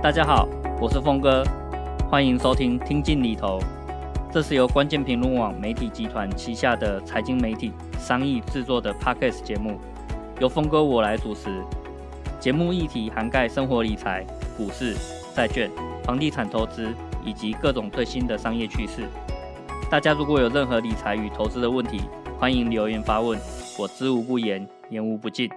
大家好，我是峰哥，欢迎收听听进里头。这是由关键评论网媒体集团旗下的财经媒体商议制作的 Podcast 节目，由峰哥我来主持。节目议题涵盖生活理财、股市、债券、房地产投资以及各种最新的商业趋势。大家如果有任何理财与投资的问题，欢迎留言发问，我知无不言，言无不尽。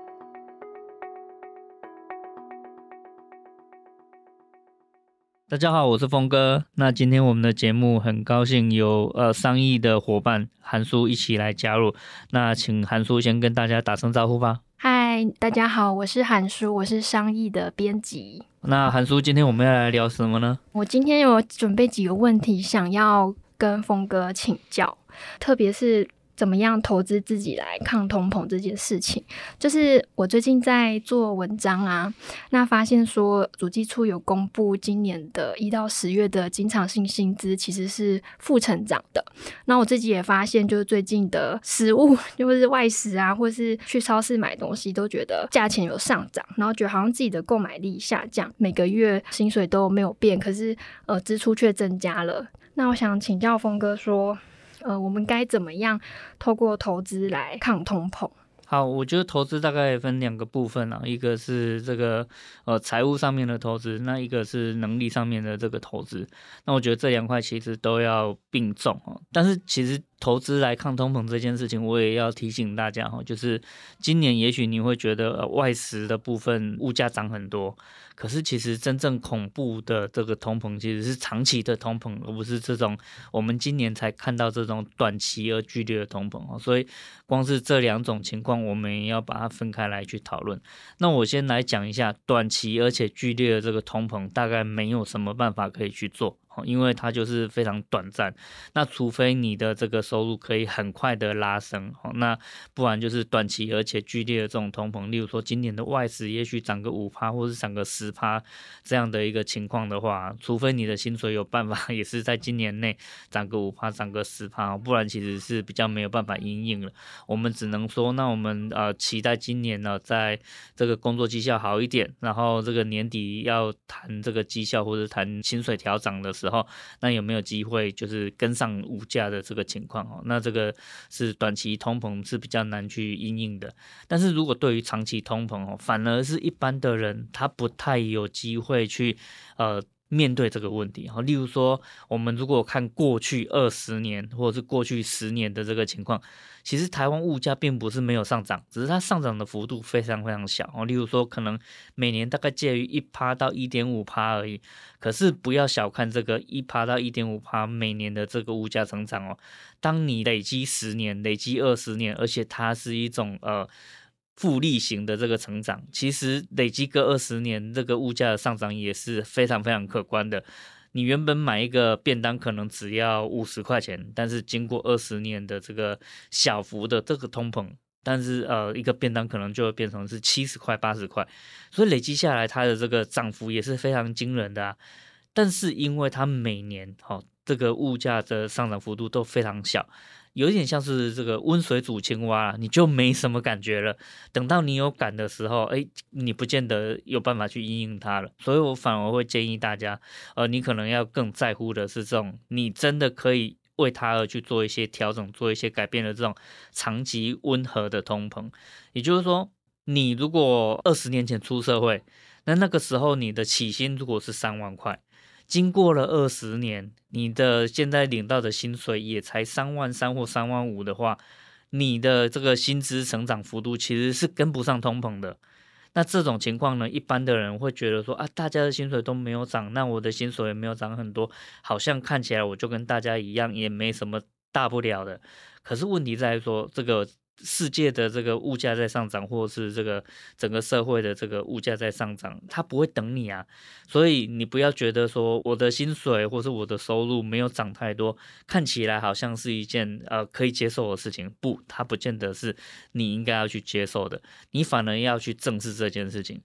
大家好，我是峰哥。那今天我们的节目很高兴有商议的伙伴韩叔一起来加入。那请韩叔先跟大家打声招呼吧。 嗨，大家好，我是韩叔，我是商议的编辑。 那韩叔，今天我们要来聊什么呢？ 我今天有准备几个问题想要跟峰哥请教，特别是怎么样投资自己来抗通膨这件事情。就是我最近在做文章啊，那发现说主计处有公布今年的1到10月的经常性薪资其实是负成长的。那我自己也发现，就是最近的食物，就是外食啊，或是去超市买东西，都觉得价钱有上涨，然后觉得好像自己的购买力下降，每个月薪水都没有变，可是支出却增加了。那我想请教峰哥说，我们该怎么样透过投资来抗通膨？ 好，我觉得投资大概分2个部分啊，一个是这个财务上面的投资，那一个是能力上面的这个投资。那我觉得这2块其实都要并重哦。但是其实投资来抗通膨这件事情，我也要提醒大家就是今年也许你会觉得外食的部分物价涨很多，可是其实真正恐怖的这个通膨其实是长期的通膨，而不是这种我们今年才看到这种短期而剧烈的通膨。所以光是这2种情况，我们也要把它分开来去讨论。那我先来讲一下短期而且剧烈的这个通膨，大概没有什么办法可以去做，因为它就是非常短暂。那除非你的这个收入可以很快的拉升，那不然就是短期而且剧烈的这种通膨，例如说今年的外食也许涨个 5% 或是涨个 10% 这样的一个情况的话，除非你的薪水有办法也是在今年内涨个 5% 涨个 10%， 不然其实是比较没有办法因应了。我们只能说，那我们期待今年呢，在这个工作绩效好一点，然后这个年底要谈这个绩效或者谈薪水调涨的时候，那有没有机会就是跟上物价的这个情况？那这个是短期通膨是比较难去因应的。但是如果对于长期通膨反而是一般的人他不太有机会去面对这个问题。例如说我们如果看过去20年或者是过去10年的这个情况，其实台湾物价并不是没有上涨，只是它上涨的幅度非常非常小。例如说可能每年大概介于 1% 到 1.5% 而已。可是不要小看这个 1% 到 1.5% 每年的这个物价成长当你累积10年累积20年，而且它是一种复利型的这个成长，其实累积个20年，这个物价的上涨也是非常非常可观的。你原本买一个便当可能只要50块钱，但是经过20年的这个小幅的这个通膨，但是一个便当可能就会变成是70块80块，所以累积下来它的这个涨幅也是非常惊人的啊。但是因为它每年这个物价的上涨幅度都非常小，有一点像是这个温水煮青蛙，你就没什么感觉了。等到你有感的时候，你不见得有办法去因应它了。所以我反而会建议大家，你可能要更在乎的是这种你真的可以为它而去做一些调整、做一些改变的这种长期温和的通膨。也就是说，你如果20年前出社会，那个时候你的起薪如果是3万块，经过了20年，你的现在领到的薪水也才3万3或3万5的话，你的这个薪资成长幅度其实是跟不上通膨的。那这种情况呢，一般的人会觉得说大家的薪水都没有涨，那我的薪水也没有涨很多，好像看起来我就跟大家一样，也没什么大不了的。可是问题在于说，这个世界的这个物价在上涨，或是这个整个社会的这个物价在上涨，它不会等你啊。所以你不要觉得说我的薪水或是我的收入没有涨太多，看起来好像是一件可以接受的事情。不，它不见得是你应该要去接受的，你反而要去正视这件事情。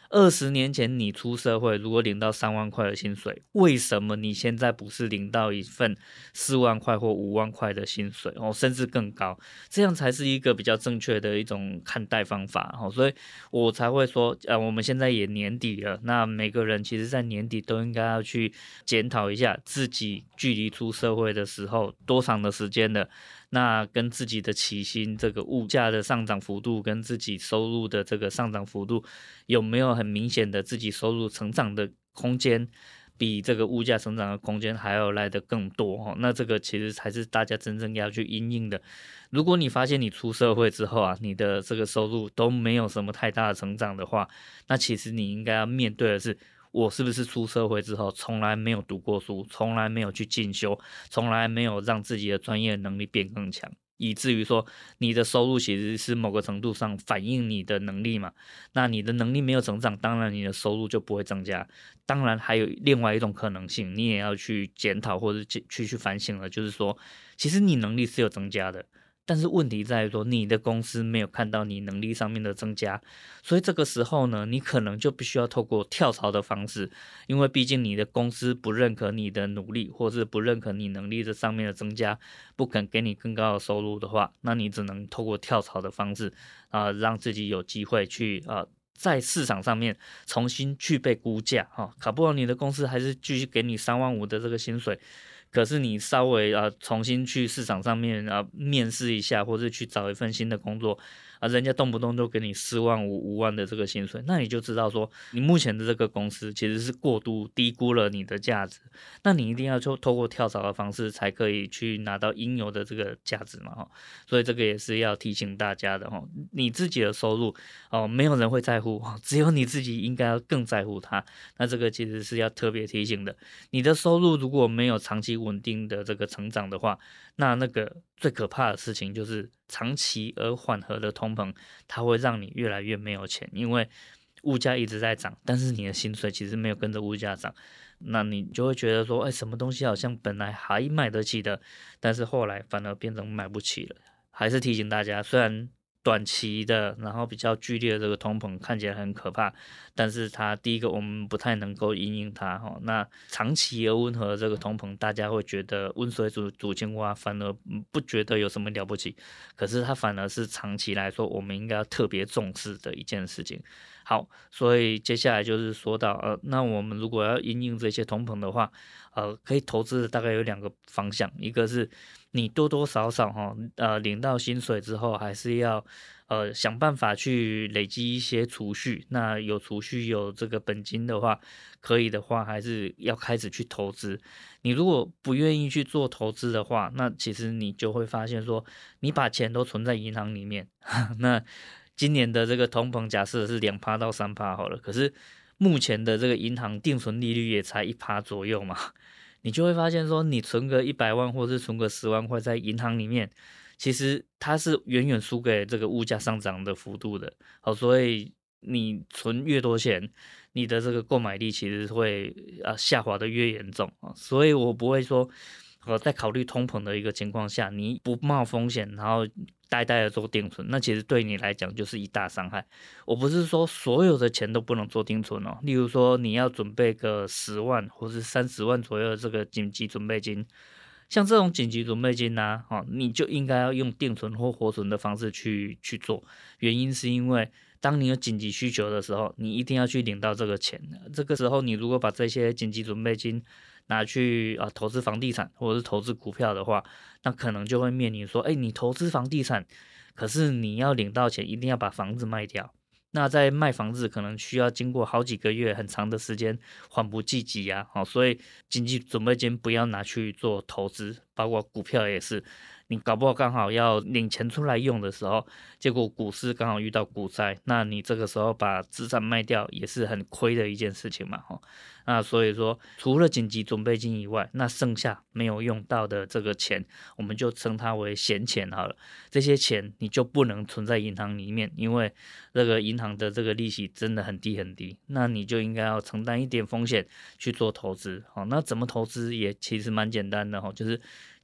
20年前你出社会，如果领到3万块的薪水，为什么你现在不是领到一份4万块或5万块的薪水甚至更高？这样才是一个比较正确的一种看待方法所以我才会说，我们现在也年底了，那每个人其实在年底都应该要去检讨一下自己距离出社会的时候多长的时间了。那跟自己的起薪这个物价的上涨幅度跟自己收入的这个上涨幅度有没有很明显的自己收入成长的空间比这个物价成长的空间还要来得更多那这个其实才是大家真正要去因应的。如果你发现你出社会之后啊，你的这个收入都没有什么太大的成长的话，那其实你应该要面对的是，我是不是出社会之后从来没有读过书，从来没有去进修，从来没有让自己的专业能力变更强，以至于说你的收入其实是某个程度上反映你的能力嘛。那你的能力没有成长，当然你的收入就不会增加。当然还有另外一种可能性，你也要去检讨或者去反省了，就是说其实你能力是有增加的，但是问题在于说你的公司没有看到你能力上面的增加，所以这个时候呢，你可能就必须要透过跳槽的方式，因为毕竟你的公司不认可你的努力，或是不认可你能力这上面的增加，不肯给你更高的收入的话，那你只能透过跳槽的方式让自己有机会去在市场上面重新去被估价搞不好你的公司还是继续给你3万5的这个薪水，可是你稍微重新去市场上面面试一下，或者去找一份新的工作人家动不动就给你4万5、5万的这个薪水，那你就知道说你目前的这个公司其实是过度低估了你的价值，那你一定要透过跳槽的方式才可以去拿到应有的这个价值嘛所以这个也是要提醒大家的你自己的收入没有人会在乎，只有你自己应该要更在乎它。那这个其实是要特别提醒的。你的收入如果没有长期稳定的这个成长的话，那个最可怕的事情就是长期而缓和的通膨，它会让你越来越没有钱，因为物价一直在涨，但是你的薪水其实没有跟着物价涨，那你就会觉得说，什么东西好像本来还买得起的，但是后来反而变成买不起了。还是提醒大家，虽然短期的然后比较剧烈的这个通膨看起来很可怕，但是它第一个我们不太能够因应它那长期而温和的这个通膨，大家会觉得温水煮青蛙，反而不觉得有什么了不起，可是它反而是长期来说我们应该要特别重视的一件事情。好，所以接下来就是说到那我们如果要因应这些通膨的话可以投资的大概有2个方向，一个是你多多少少领到薪水之后还是要想办法去累积一些储蓄，那有储蓄有这个本金的话，可以的话还是要开始去投资。你如果不愿意去做投资的话，那其实你就会发现说你把钱都存在银行里面那今年的这个通膨假设是2%到3%好了，可是目前的这个银行定存利率也才1%左右嘛，你就会发现说你存个100万或是存个10万块在银行里面，其实它是远远输给这个物价上涨的幅度的所以你存越多钱，你的这个购买力其实会下滑的越严重所以我不会说在考虑通膨的一个情况下，你不冒风险，然后呆的做定存，那其实对你来讲就是一大伤害。我不是说所有的钱都不能做定存例如说你要准备个10万或是30万左右的这个紧急准备金，像这种紧急准备金你就应该要用定存或活存的方式去做。原因是因为当你有紧急需求的时候，你一定要去领到这个钱。这个时候你如果把这些紧急准备金拿去投资房地产或者是投资股票的话，那可能就会面临说你投资房地产，可是你要领到钱一定要把房子卖掉，那在卖房子可能需要经过好几个月很长的时间缓不济急所以紧急准备金不要拿去做投资，包括股票也是，你搞不好刚好要领钱出来用的时候，结果股市刚好遇到股灾，那你这个时候把资产卖掉也是很亏的一件事情嘛那所以说除了紧急准备金以外，那剩下没有用到的这个钱，我们就称它为闲钱好了。这些钱你就不能存在银行里面，因为这个银行的这个利息真的很低很低，那你就应该要承担一点风险去做投资那怎么投资也其实蛮简单的就是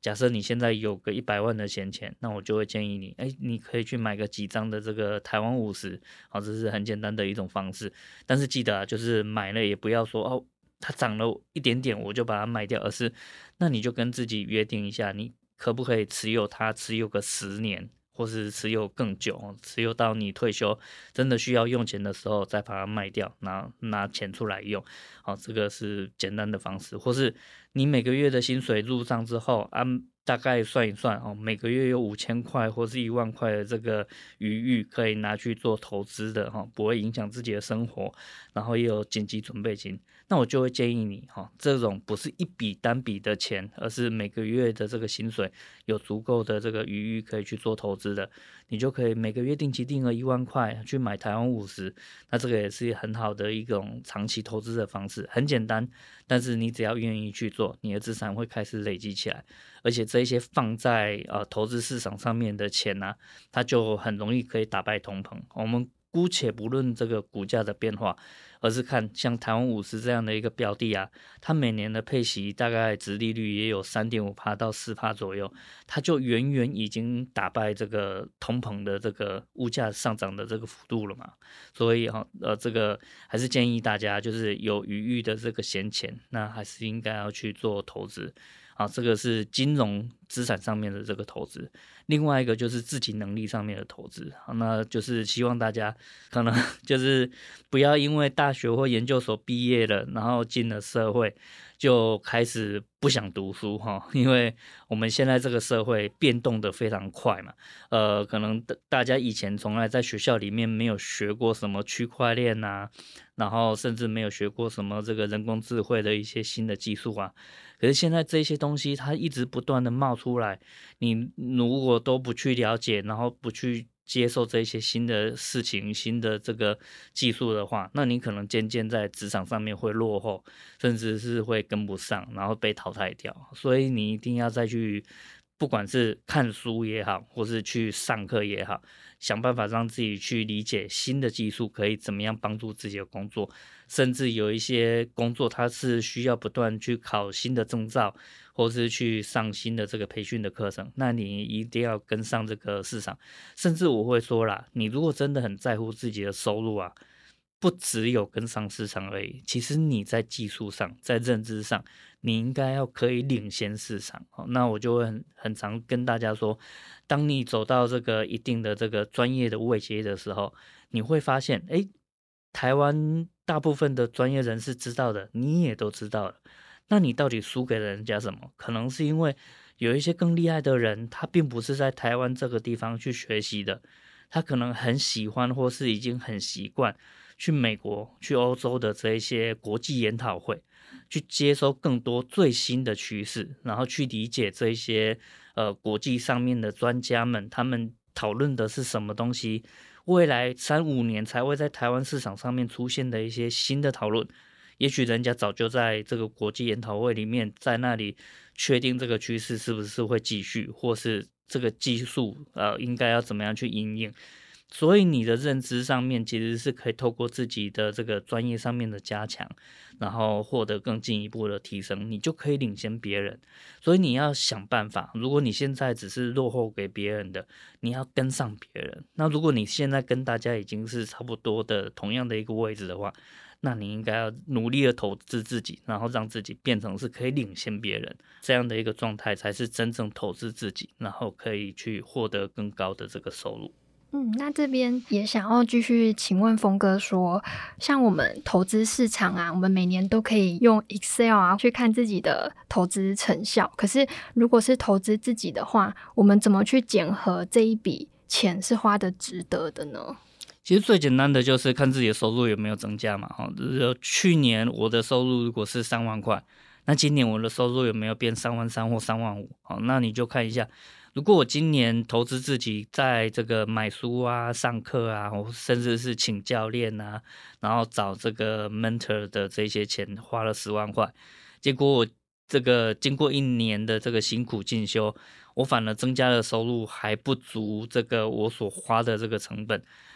假设你现在有个100万的闲钱，那我就会建议你，你可以去买个几张的这个台湾50，这是很简单的一种方式。但是记得啊，就是买了也不要说它涨了一点点我就把它卖掉，而是那你就跟自己约定一下，你可不可以持有它，持有个10年，或是持有更久，持有到你退休真的需要用钱的时候再把它卖掉，拿钱出来用。这个是简单的方式。或是你每个月的薪水入账之后大概算一算每个月有5000块或是1万块的这个余裕可以拿去做投资的不会影响自己的生活，然后也有紧急准备金，那我就会建议你这种不是一笔单笔的钱，而是每个月的这个薪水有足够的这个余裕可以去做投资的，你就可以每个月定期定额1万块去买台湾50，那这个也是很好的一种长期投资的方式，很简单，但是你只要愿意去做，你的资产会开始累积起来，而且这一些放在投资市场上面的钱啊，它就很容易可以打败通膨。我们姑且不论这个股价的变化，而是看像台湾50这样的一个标的啊，它每年的配息大概殖利率也有 3.5% 到 4% 左右，它就远远已经打败这个通膨的这个物价上涨的这个幅度了嘛。所以这个还是建议大家就是有余裕的这个闲钱，那还是应该要去做投资。这个是金融资产上面的这个投资。另外一个就是自己能力上面的投资，那就是希望大家可能就是不要因为大学或研究所毕业了，然后进了社会就开始不想读书因为我们现在这个社会变动的非常快嘛，可能大家以前从来在学校里面没有学过什么区块链啊，然后甚至没有学过什么这个人工智慧的一些新的技术啊，可是现在这些东西它一直不断的冒出来，你如果都不去了解，然后不去接受这些新的事情、新的这个技术的话，那你可能渐渐在职场上面会落后，甚至是会跟不上，然后被淘汰掉。所以你一定要再去，不管是看书也好，或是去上课也好，想办法让自己去理解新的技术可以怎么样帮助自己的工作，甚至有一些工作它是需要不断去考新的证照，或是去上新的这个培训的课程，那你一定要跟上这个市场。甚至我会说啦，你如果真的很在乎自己的收入啊，不只有跟上市场而已，其实你在技术上，在认知上，你应该要可以领先市场。那我就会很常跟大家说，当你走到这个一定的这个专业的位阶的时候，你会发现台湾大部分的专业人士知道的你也都知道了，那你到底输给了人家什么？可能是因为有一些更厉害的人，他并不是在台湾这个地方去学习的，他可能很喜欢或是已经很习惯去美国、去欧洲的这一些国际研讨会，去接收更多最新的趋势，然后去理解这一些国际上面的专家们他们讨论的是什么东西，未来3-5年才会在台湾市场上面出现的一些新的讨论。也许人家早就在这个国际研讨会里面，在那里确定这个趋势是不是会继续，或是这个技术应该要怎么样去因应。所以你的认知上面其实是可以透过自己的这个专业上面的加强，然后获得更进一步的提升，你就可以领先别人。所以你要想办法，如果你现在只是落后给别人的，你要跟上别人。那如果你现在跟大家已经是差不多的同样的一个位置的话，那你应该要努力的投资自己，然后让自己变成是可以领先别人这样的一个状态，才是真正投资自己，然后可以去获得更高的这个收入。 那这边也想要继续请问峰哥说，像我们投资市场啊，我们每年都可以用 Excel 啊去看自己的投资成效。可是如果是投资自己的话，我们怎么去检核这一笔钱是花的值得的呢？ 其实最简单的就是看自己的收入有没有增加嘛。去年我的收入如果是3万块，那今年我的收入有没有变3万3或3万5？那你就看一下，如果我今年投资自己在这个买书啊、上课啊，甚至是请教练啊，然后找这个 mentor 的这些钱花了10万块，结果我这个经过1年的这个辛苦进修，我反而增加的收入还不足这个我所花的这个成本，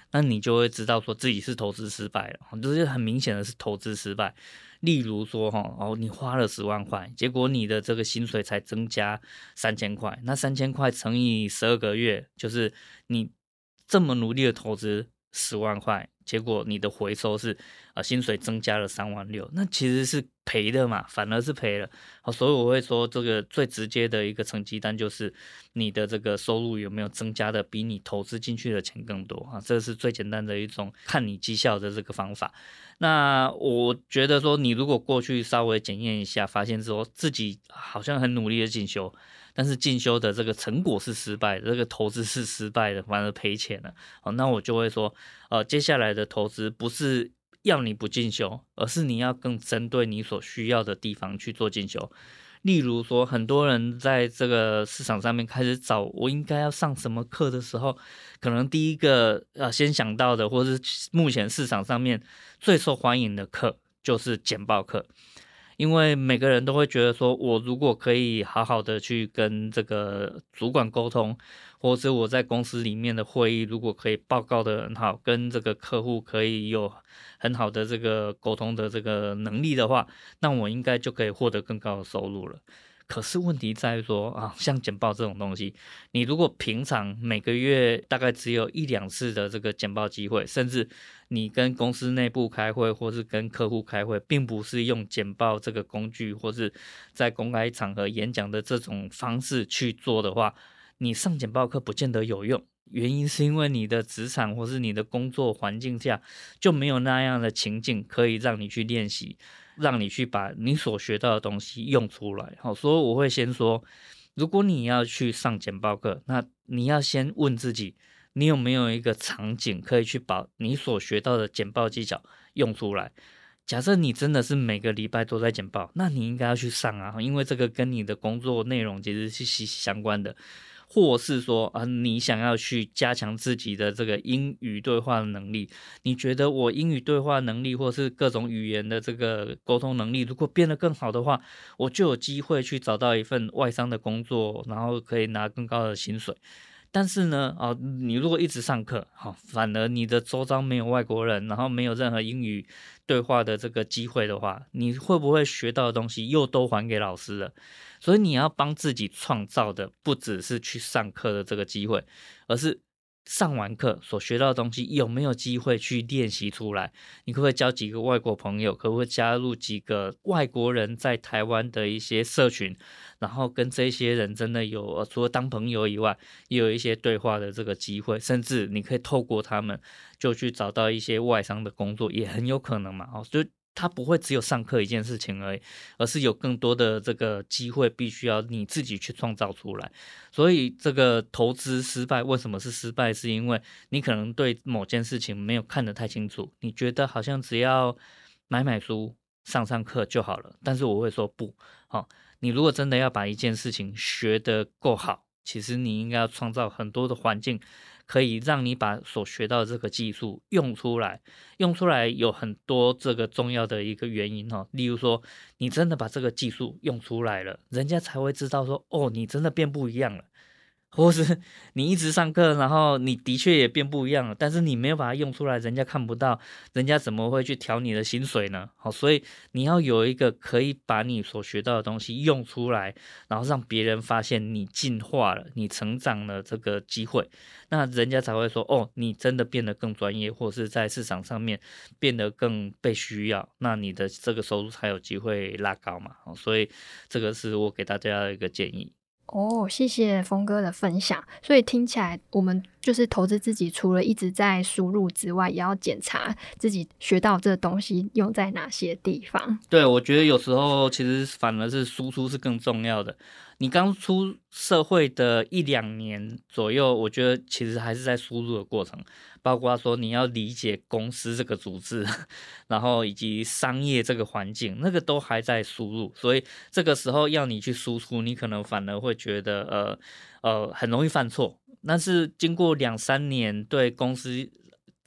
那你就会知道说自己是投资失败了，就是很明显的是投资失败。例如说你花了10万块，结果你的这个薪水才增加3000块，那3000块乘以12个月，就是你这么努力的投资10万块，结果你的回收是薪水增加了3万6，那其实是赔的嘛，反而是赔了。所以我会说这个最直接的一个成绩单就是你的这个收入有没有增加的比你投资进去的钱更多这是最简单的一种看你绩效的这个方法。那我觉得说你如果过去稍微检验一下，发现说自己好像很努力的进修，但是进修的这个成果是失败的，这个投资是失败的，反而赔钱了那我就会说接下来的投资不是要你不进修，而是你要更针对你所需要的地方去做进修。例如说很多人在这个市场上面开始找我应该要上什么课的时候，可能第一个先想到的，或是目前市场上面最受欢迎的课就是简报课。因为每个人都会觉得说，我如果可以好好的去跟这个主管沟通，或者我在公司里面的会议如果可以报告的很好，跟这个客户可以有很好的这个沟通的这个能力的话，那我应该就可以获得更高的收入了。可是问题在于说像简报这种东西，你如果平常每个月大概只有1-2次的这个简报机会，甚至你跟公司内部开会或是跟客户开会，并不是用简报这个工具或是在公开场合演讲的这种方式去做的话，你上简报课不见得有用。原因是因为你的职场或是你的工作环境下就没有那样的情境可以让你去练习，让你去把你所学到的东西用出来。所以我会先说，如果你要去上简报课，那你要先问自己，你有没有一个场景可以去把你所学到的简报技巧用出来。假设你真的是每个礼拜都在简报，那你应该要去上因为这个跟你的工作内容其实是息息相关的。或是说你想要去加强自己的这个英语对话的能力，你觉得我英语对话能力或是各种语言的这个沟通能力如果变得更好的话，我就有机会去找到一份外商的工作，然后可以拿更高的薪水。但是呢你如果一直上课反而你的周遭没有外国人，然后没有任何英语对话的这个机会的话，你会不会学到的东西又都还给老师了？所以你要帮自己创造的不只是去上课的这个机会，而是上完课所学到的东西有没有机会去练习出来。你可不可以交几个外国朋友，可不可以加入几个外国人在台湾的一些社群，然后跟这些人真的有除了当朋友以外，也有一些对话的这个机会，甚至你可以透过他们就去找到一些外商的工作，也很有可能嘛就它不会只有上课一件事情而已，而是有更多的这个机会必须要你自己去创造出来。所以这个投资失败为什么是失败，是因为你可能对某件事情没有看得太清楚，你觉得好像只要买书上课就好了。但是我会说不你如果真的要把一件事情学得够好，其实你应该要创造很多的环境，可以让你把所学到的这个技术用出来。用出来有很多这个重要的一个原因例如说你真的把这个技术用出来了，人家才会知道说你真的变不一样了。或是你一直上课，然后你的确也变不一样了，但是你没有把它用出来，人家看不到，人家怎么会去调你的薪水呢？所以你要有一个可以把你所学到的东西用出来，然后让别人发现你进化了，你成长了这个机会，那人家才会说你真的变得更专业，或是在市场上面变得更被需要，那你的这个收入才有机会拉高嘛。所以这个是我给大家的一个建议。 谢谢峰哥的分享。所以听起来我们就是投资自己，除了一直在输入之外，也要检查自己学到这个东西用在哪些地方。 对，我觉得有时候其实反而是输出是更重要的。你刚出社会的1-2年左右，我觉得其实还是在输入的过程，包括说你要理解公司这个组织，然后以及商业这个环境，那个都还在输入。所以这个时候要你去输出，你可能反而会觉得很容易犯错。但是经过2-3年对公司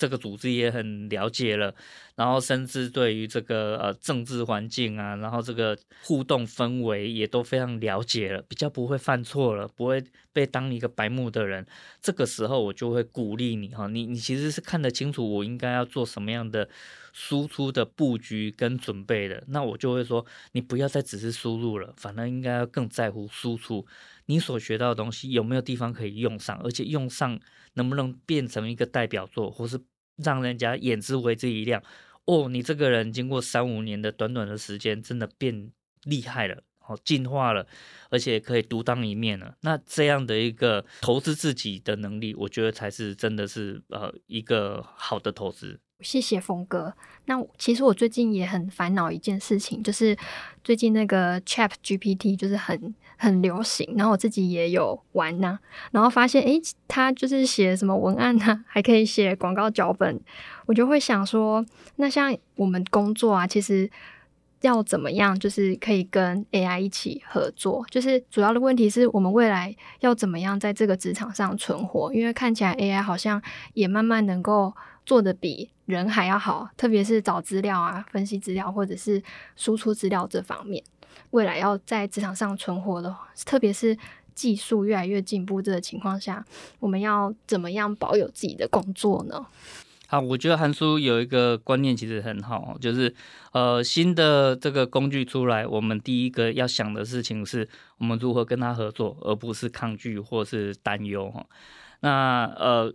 这个组织也很了解了，然后甚至对于这个政治环境啊，然后这个互动氛围也都非常了解了，比较不会犯错了，不会被当一个白目的人。这个时候我就会鼓励你哈，你其实是看得清楚我应该要做什么样的输出的布局跟准备的，那我就会说你不要再只是输入了，反而应该要更在乎输出。你所学到的东西有没有地方可以用上，而且用上能不能变成一个代表作，或是让人家眼之为之一亮。哦，你这个人经过3-5年的短短的时间，真的变厉害了，进化了，而且可以独当一面了。那这样的一个投资自己的能力，我觉得才是真的是一个好的投资。 谢谢峰哥。那其实我最近也很烦恼一件事情，就是最近那个 ChatGPT 就是很流行，然后我自己也有玩呐，然后发现它就是写什么文案啊，还可以写广告脚本，我就会想说，那像我们工作啊，其实要怎么样就是可以跟 AI 一起合作，就是主要的问题是我们未来要怎么样在这个职场上存活，因为看起来 AI 好像也慢慢能够做得比人还要好，特别是找资料啊、分析资料或者是输出资料这方面，未来要在职场上存活的，特别是技术越来越进步这个情况下，我们要怎么样保有自己的工作呢？ 好，我觉得韩叔有一个观念其实很好，就是新的这个工具出来，我们第一个要想的事情是我们如何跟它合作，而不是抗拒或是担忧。那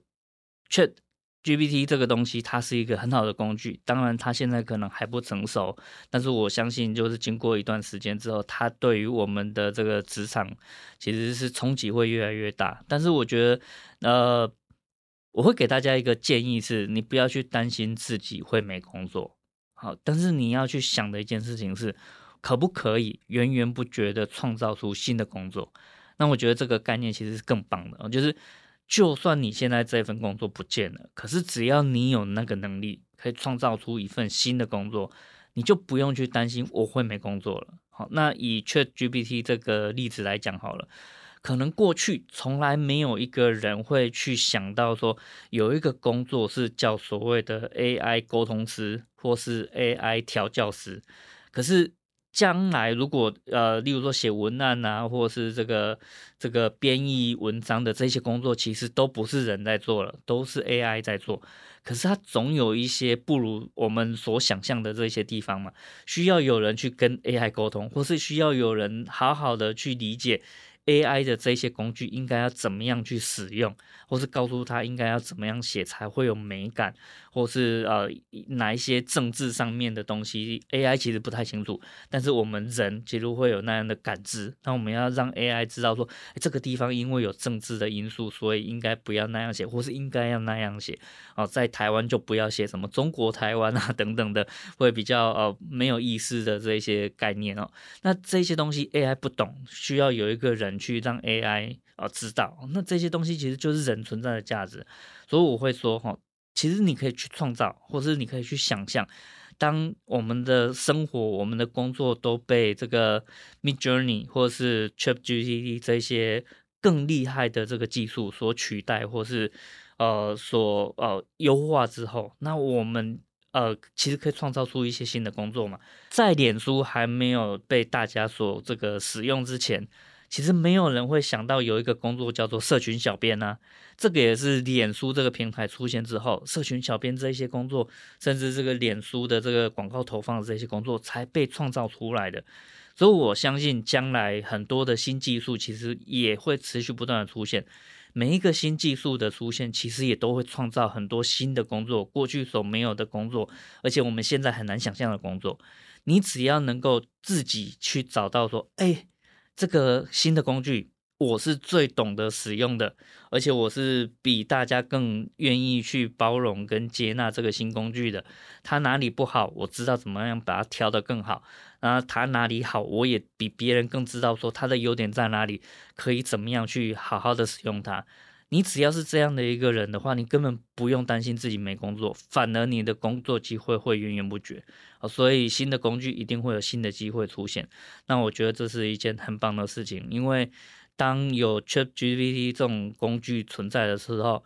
ChatGPT 这个东西它是一个很好的工具，当然它现在可能还不成熟，但是我相信就是经过一段时间之后，它对于我们的这个职场其实是冲击会越来越大。但是我觉得我会给大家一个建议是，你不要去担心自己会没工作，好，但是你要去想的一件事情是，可不可以源源不绝的创造出新的工作？那我觉得这个概念其实是更棒的，就是就算你现在这份工作不见了，可是只要你有那个能力，可以创造出一份新的工作，你就不用去担心我会没工作了。好，那以 ChatGPT 这个例子来讲好了。可能过去从来没有一个人会去想到说有一个工作是叫所谓的 AI 沟通师或是 AI 调教师，可是将来如果例如说写文案啊，或是这个编译文章的这些工作，其实都不是人在做了，都是 AI 在做。可是它总有一些不如我们所想象的这些地方嘛，需要有人去跟 AI 沟通，或是需要有人好好的去理解AI 的这些工具应该要怎么样去使用，或是告诉他应该要怎么样写才会有美感，或是哪一些政治上面的东西 AI 其实不太清楚，但是我们人其实会有那样的感知。那我们要让 AI 知道说这个地方因为有政治的因素，所以应该不要那样写，或是应该要那样写。在台湾就不要写什么中国台湾啊等等的，会比较没有意思的这些概念哦。那这些东西 AI 不懂，需要有一个人去让 AI 知道。那这些东西其实就是人存在的价值，所以我会说其实你可以去创造，或是你可以去想象，当我们的生活、我们的工作都被这个 Midjourney 或是 ChatGPT 这些更厉害的这个技术所取代，或是所优化之后，那我们其实可以创造出一些新的工作嘛。在脸书还没有被大家所这个使用之前，其实没有人会想到有一个工作叫做社群小编啊。这个也是脸书这个平台出现之后，社群小编这些工作，甚至这个脸书的这个广告投放的这些工作才被创造出来的。所以我相信将来很多的新技术其实也会持续不断的出现。每一个新技术的出现，其实也都会创造很多新的工作，过去所没有的工作，而且我们现在很难想象的工作。你只要能够自己去找到说，这个新的工具我是最懂得使用的，而且我是比大家更愿意去包容跟接纳这个新工具的。它哪里不好，我知道怎么样把它调得更好。它哪里好，我也比别人更知道说它的优点在哪里，可以怎么样去好好的使用它。你只要是这样的一个人的话，你根本不用担心自己没工作，反而你的工作机会会源源不绝。所以新的工具一定会有新的机会出现。那我觉得这是一件很棒的事情，因为当有 ChatGPT 这种工具存在的时候，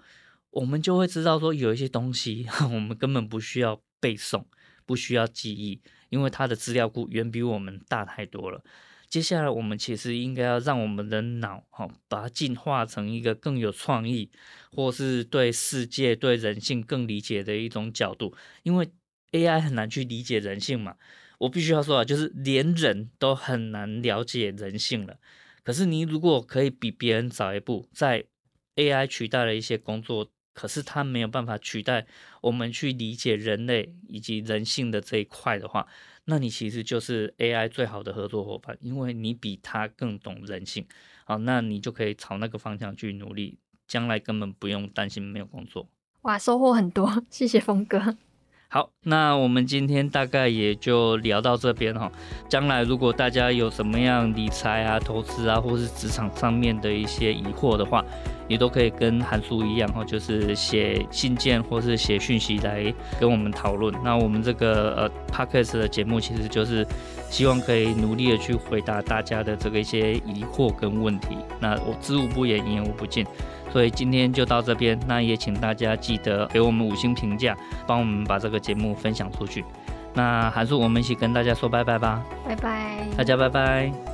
我们就会知道说有一些东西我们根本不需要背诵，不需要记忆，因为它的资料库远比我们大太多了。接下来我们其实应该要让我们的脑把它进化成一个更有创意，或是对世界对人性更理解的一种角度，因为 AI 很难去理解人性嘛。我必须要说就是连人都很难了解人性了，可是你如果可以比别人早一步，在 AI 取代了一些工作，可是它没有办法取代我们去理解人类以及人性的这一块的话，那你其实就是 AI 最好的合作伙伴，因为你比他更懂人性。好，那你就可以朝那个方向去努力，将来根本不用担心没有工作。 哇，收获很多，谢谢峰哥。 好，那我们今天大概也就聊到这边哈。将来如果大家有什么样理财啊、投资啊，或是职场上面的一些疑惑的话，也都可以跟韩叔一样哈，就是写信件或是写讯息来跟我们讨论。那我们这个Podcast 的节目其实就是希望可以努力的去回答大家的这个一些疑惑跟问题。那我知无不言，言无不尽。所以今天就到这边，那也请大家记得给我们5星评价，帮我们把这个节目分享出去。那韩叔，我们一起跟大家说拜拜吧， 拜拜， 大家拜拜。